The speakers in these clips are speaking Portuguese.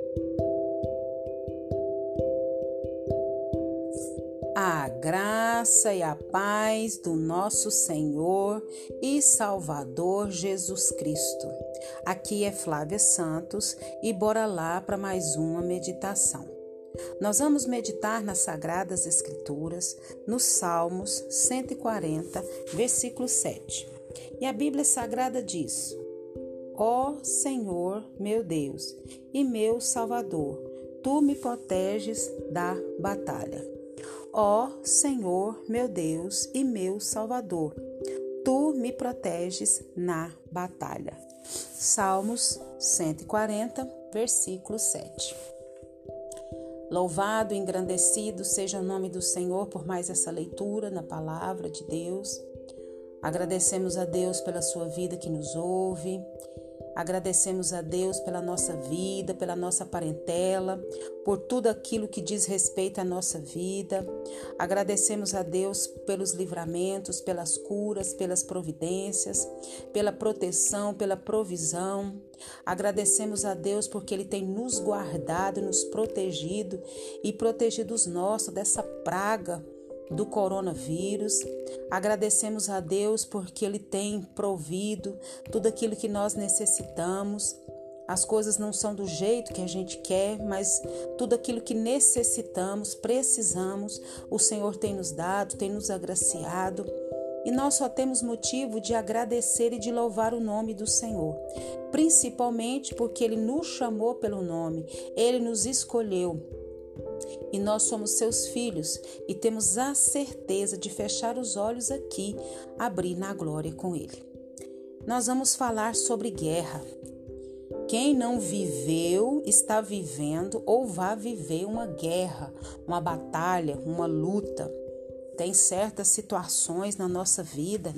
A graça e a paz do nosso Senhor e Salvador Jesus Cristo. Aqui é Flávia Santos e bora lá para mais uma meditação. Nós vamos meditar nas Sagradas Escrituras, nos Salmos 140, versículo 7. E a Bíblia Sagrada diz: Ó Senhor, meu Deus e meu Salvador, Tu me proteges da batalha. Ó Senhor, meu Deus e meu Salvador, Tu me proteges na batalha. Salmos 140, versículo 7. Louvado e engrandecido seja o nome do Senhor por mais essa leitura na palavra de Deus. Agradecemos a Deus pela sua vida que nos ouve. Agradecemos a Deus pela nossa vida, pela nossa parentela, por tudo aquilo que diz respeito à nossa vida. Agradecemos a Deus pelos livramentos, pelas curas, pelas providências, pela proteção, pela provisão. Agradecemos a Deus porque Ele tem nos guardado, nos protegido e protegido os nossos dessa praga do coronavírus. Agradecemos a Deus porque Ele tem provido tudo aquilo que nós necessitamos. As coisas não são do jeito que a gente quer, mas tudo aquilo que necessitamos, precisamos, o Senhor tem nos dado, tem nos agraciado. E nós só temos motivo de agradecer e de louvar o nome do Senhor, principalmente porque Ele nos chamou pelo nome, Ele nos escolheu. E nós somos seus filhos e temos a certeza de fechar os olhos aqui, abrir na glória com Ele. Nós vamos falar sobre guerra. Quem não viveu, está vivendo ou vai viver uma guerra, uma batalha, uma luta. Tem certas situações na nossa vida,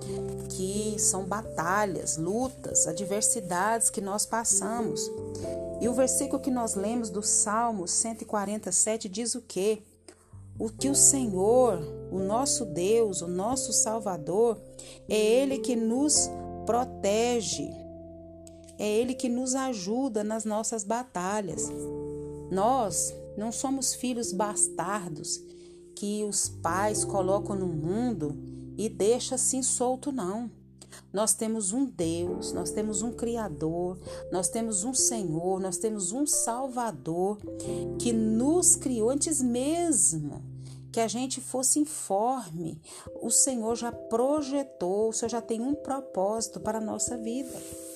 que são batalhas, lutas, adversidades que nós passamos. E o versículo que nós lemos do Salmo 147 diz o quê? O que o Senhor, o nosso Deus, o nosso Salvador, é Ele que nos protege, é Ele que nos ajuda nas nossas batalhas. Nós não somos filhos bastardos que os pais colocam no mundo e deixam assim solto, não. Nós temos um Deus, nós temos um Criador, nós temos um Senhor, nós temos um Salvador que nos criou antes mesmo que a gente fosse informe. O Senhor já projetou, o Senhor já tem um propósito para a nossa vida.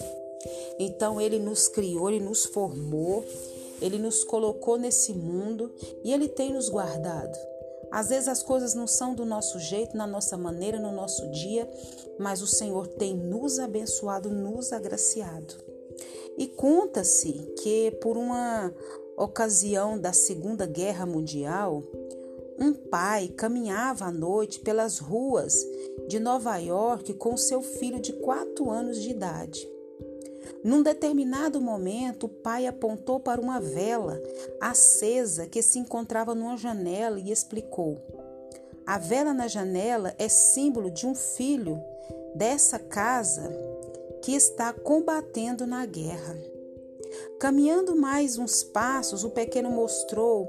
Então Ele nos criou, Ele nos formou, Ele nos colocou nesse mundo e Ele tem nos guardado. Às vezes as coisas não são do nosso jeito, na nossa maneira, no nosso dia, mas o Senhor tem nos abençoado, nos agraciado. E conta-se que por uma ocasião da Segunda Guerra Mundial, um pai caminhava à noite pelas ruas de Nova York com seu filho de 4 anos de idade. Num determinado momento, o pai apontou para uma vela acesa que se encontrava numa janela e explicou: a vela na janela é símbolo de um filho dessa casa que está combatendo na guerra. Caminhando mais uns passos, o pequeno mostrou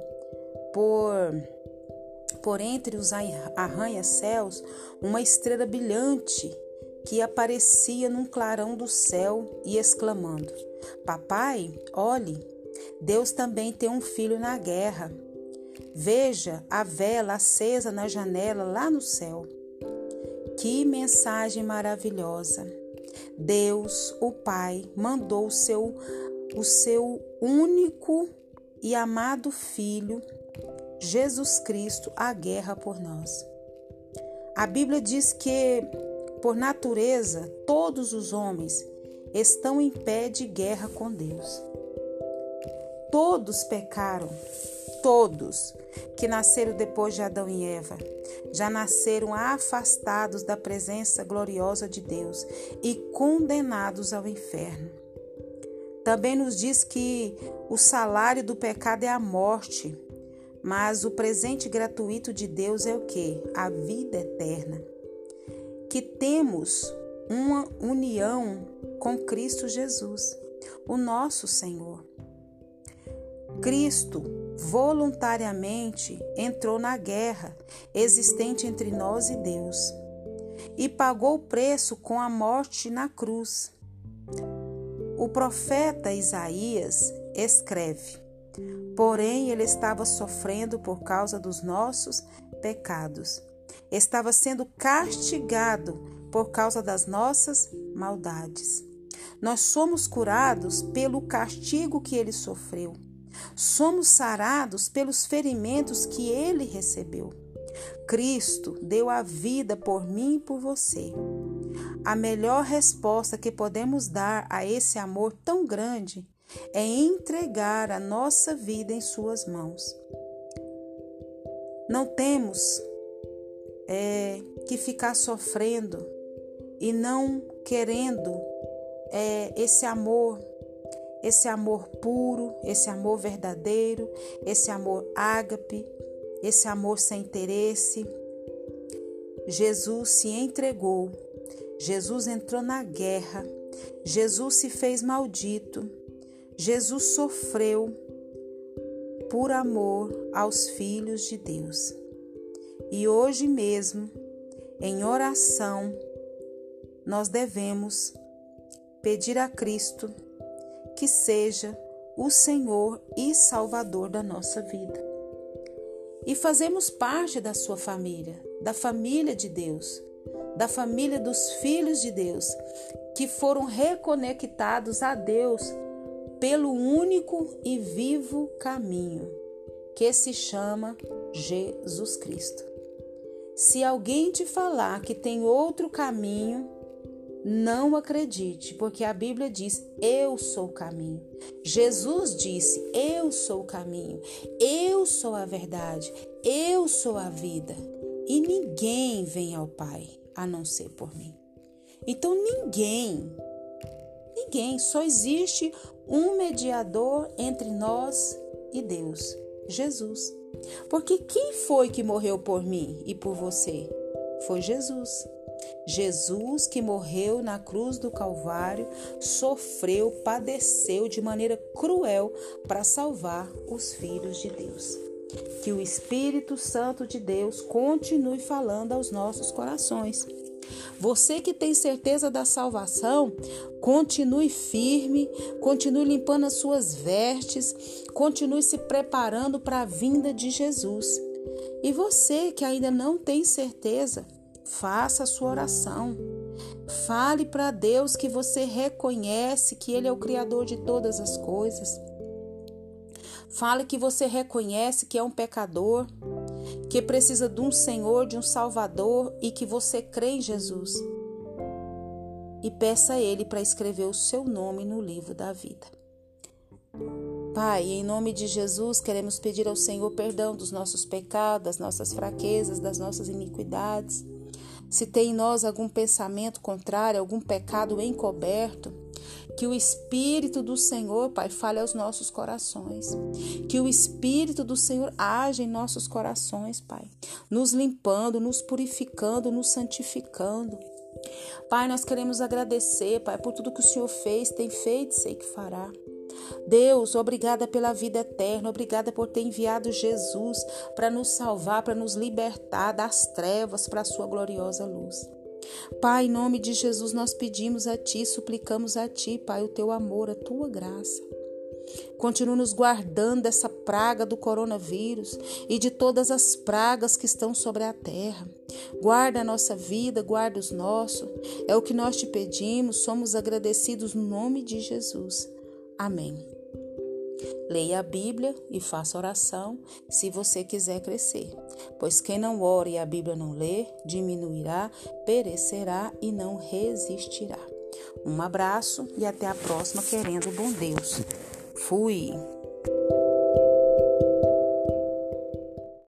por entre os arranha-céus uma estrela brilhante que aparecia num clarão do céu e exclamando: Papai, olhe, Deus também tem um filho na guerra. Veja a vela acesa na janela lá no céu. Que mensagem maravilhosa! Deus, o Pai, mandou o seu único e amado Filho, Jesus Cristo, à guerra por nós. A Bíblia diz que, por natureza, todos os homens estão em pé de guerra com Deus. Todos pecaram, todos que nasceram depois de Adão e Eva, já nasceram afastados da presença gloriosa de Deus e condenados ao inferno. Também nos diz que o salário do pecado é a morte, mas o presente gratuito de Deus é o quê? A vida eterna. Que temos uma união com Cristo Jesus, o nosso Senhor. Cristo voluntariamente entrou na guerra existente entre nós e Deus e pagou o preço com a morte na cruz. O profeta Isaías escreve: porém, ele estava sofrendo por causa dos nossos pecados. Estava sendo castigado por causa das nossas maldades. Nós somos curados pelo castigo que ele sofreu. Somos sarados pelos ferimentos que ele recebeu. Cristo deu a vida por mim e por você. A melhor resposta que podemos dar a esse amor tão grande é entregar a nossa vida em suas mãos. Não temos que ficar sofrendo e não querendo esse amor puro, esse amor verdadeiro, esse amor ágape, esse amor sem interesse. Jesus se entregou, Jesus entrou na guerra, Jesus se fez maldito, Jesus sofreu por amor aos filhos de Deus. E hoje mesmo, em oração, nós devemos pedir a Cristo que seja o Senhor e Salvador da nossa vida. E fazemos parte da sua família, da família de Deus, da família dos filhos de Deus, que foram reconectados a Deus pelo único e vivo caminho, que se chama Jesus Cristo. Se alguém te falar que tem outro caminho, não acredite, porque a Bíblia diz: eu sou o caminho. Jesus disse: eu sou o caminho, eu sou a verdade, eu sou a vida. E ninguém vem ao Pai a não ser por mim. Então ninguém, só existe um mediador entre nós e Deus, Jesus. Porque quem foi que morreu por mim e por você? Foi Jesus. Jesus que morreu na cruz do Calvário, sofreu, padeceu de maneira cruel para salvar os filhos de Deus. Que o Espírito Santo de Deus continue falando aos nossos corações. Você que tem certeza da salvação, continue firme, continue limpando as suas vestes, continue se preparando para a vinda de Jesus. E você que ainda não tem certeza, faça a sua oração. Fale para Deus que você reconhece que Ele é o Criador de todas as coisas. Fale que você reconhece que é um pecador, que precisa de um Senhor, de um Salvador e que você crê em Jesus. E peça a Ele para escrever o seu nome no livro da vida. Pai, em nome de Jesus, queremos pedir ao Senhor perdão dos nossos pecados, das nossas fraquezas, das nossas iniquidades. Se tem em nós algum pensamento contrário, algum pecado encoberto, que o Espírito do Senhor, Pai, fale aos nossos corações. Que o Espírito do Senhor age em nossos corações, Pai, nos limpando, nos purificando, nos santificando. Pai, nós queremos agradecer, Pai, por tudo que o Senhor fez, tem feito e sei que fará. Deus, obrigada pela vida eterna, obrigada por ter enviado Jesus para nos salvar, para nos libertar das trevas para a sua gloriosa luz. Pai, em nome de Jesus, nós pedimos a Ti, suplicamos a Ti, Pai, o Teu amor, a Tua graça. Continua nos guardando dessa praga do coronavírus e de todas as pragas que estão sobre a terra. Guarda a nossa vida, guarda os nossos. É o que nós Te pedimos, somos agradecidos no nome de Jesus. Amém. Leia a Bíblia e faça oração se você quiser crescer. Pois quem não ora e a Bíblia não lê, diminuirá, perecerá e não resistirá. Um abraço e até a próxima, querendo o bom Deus. Fui!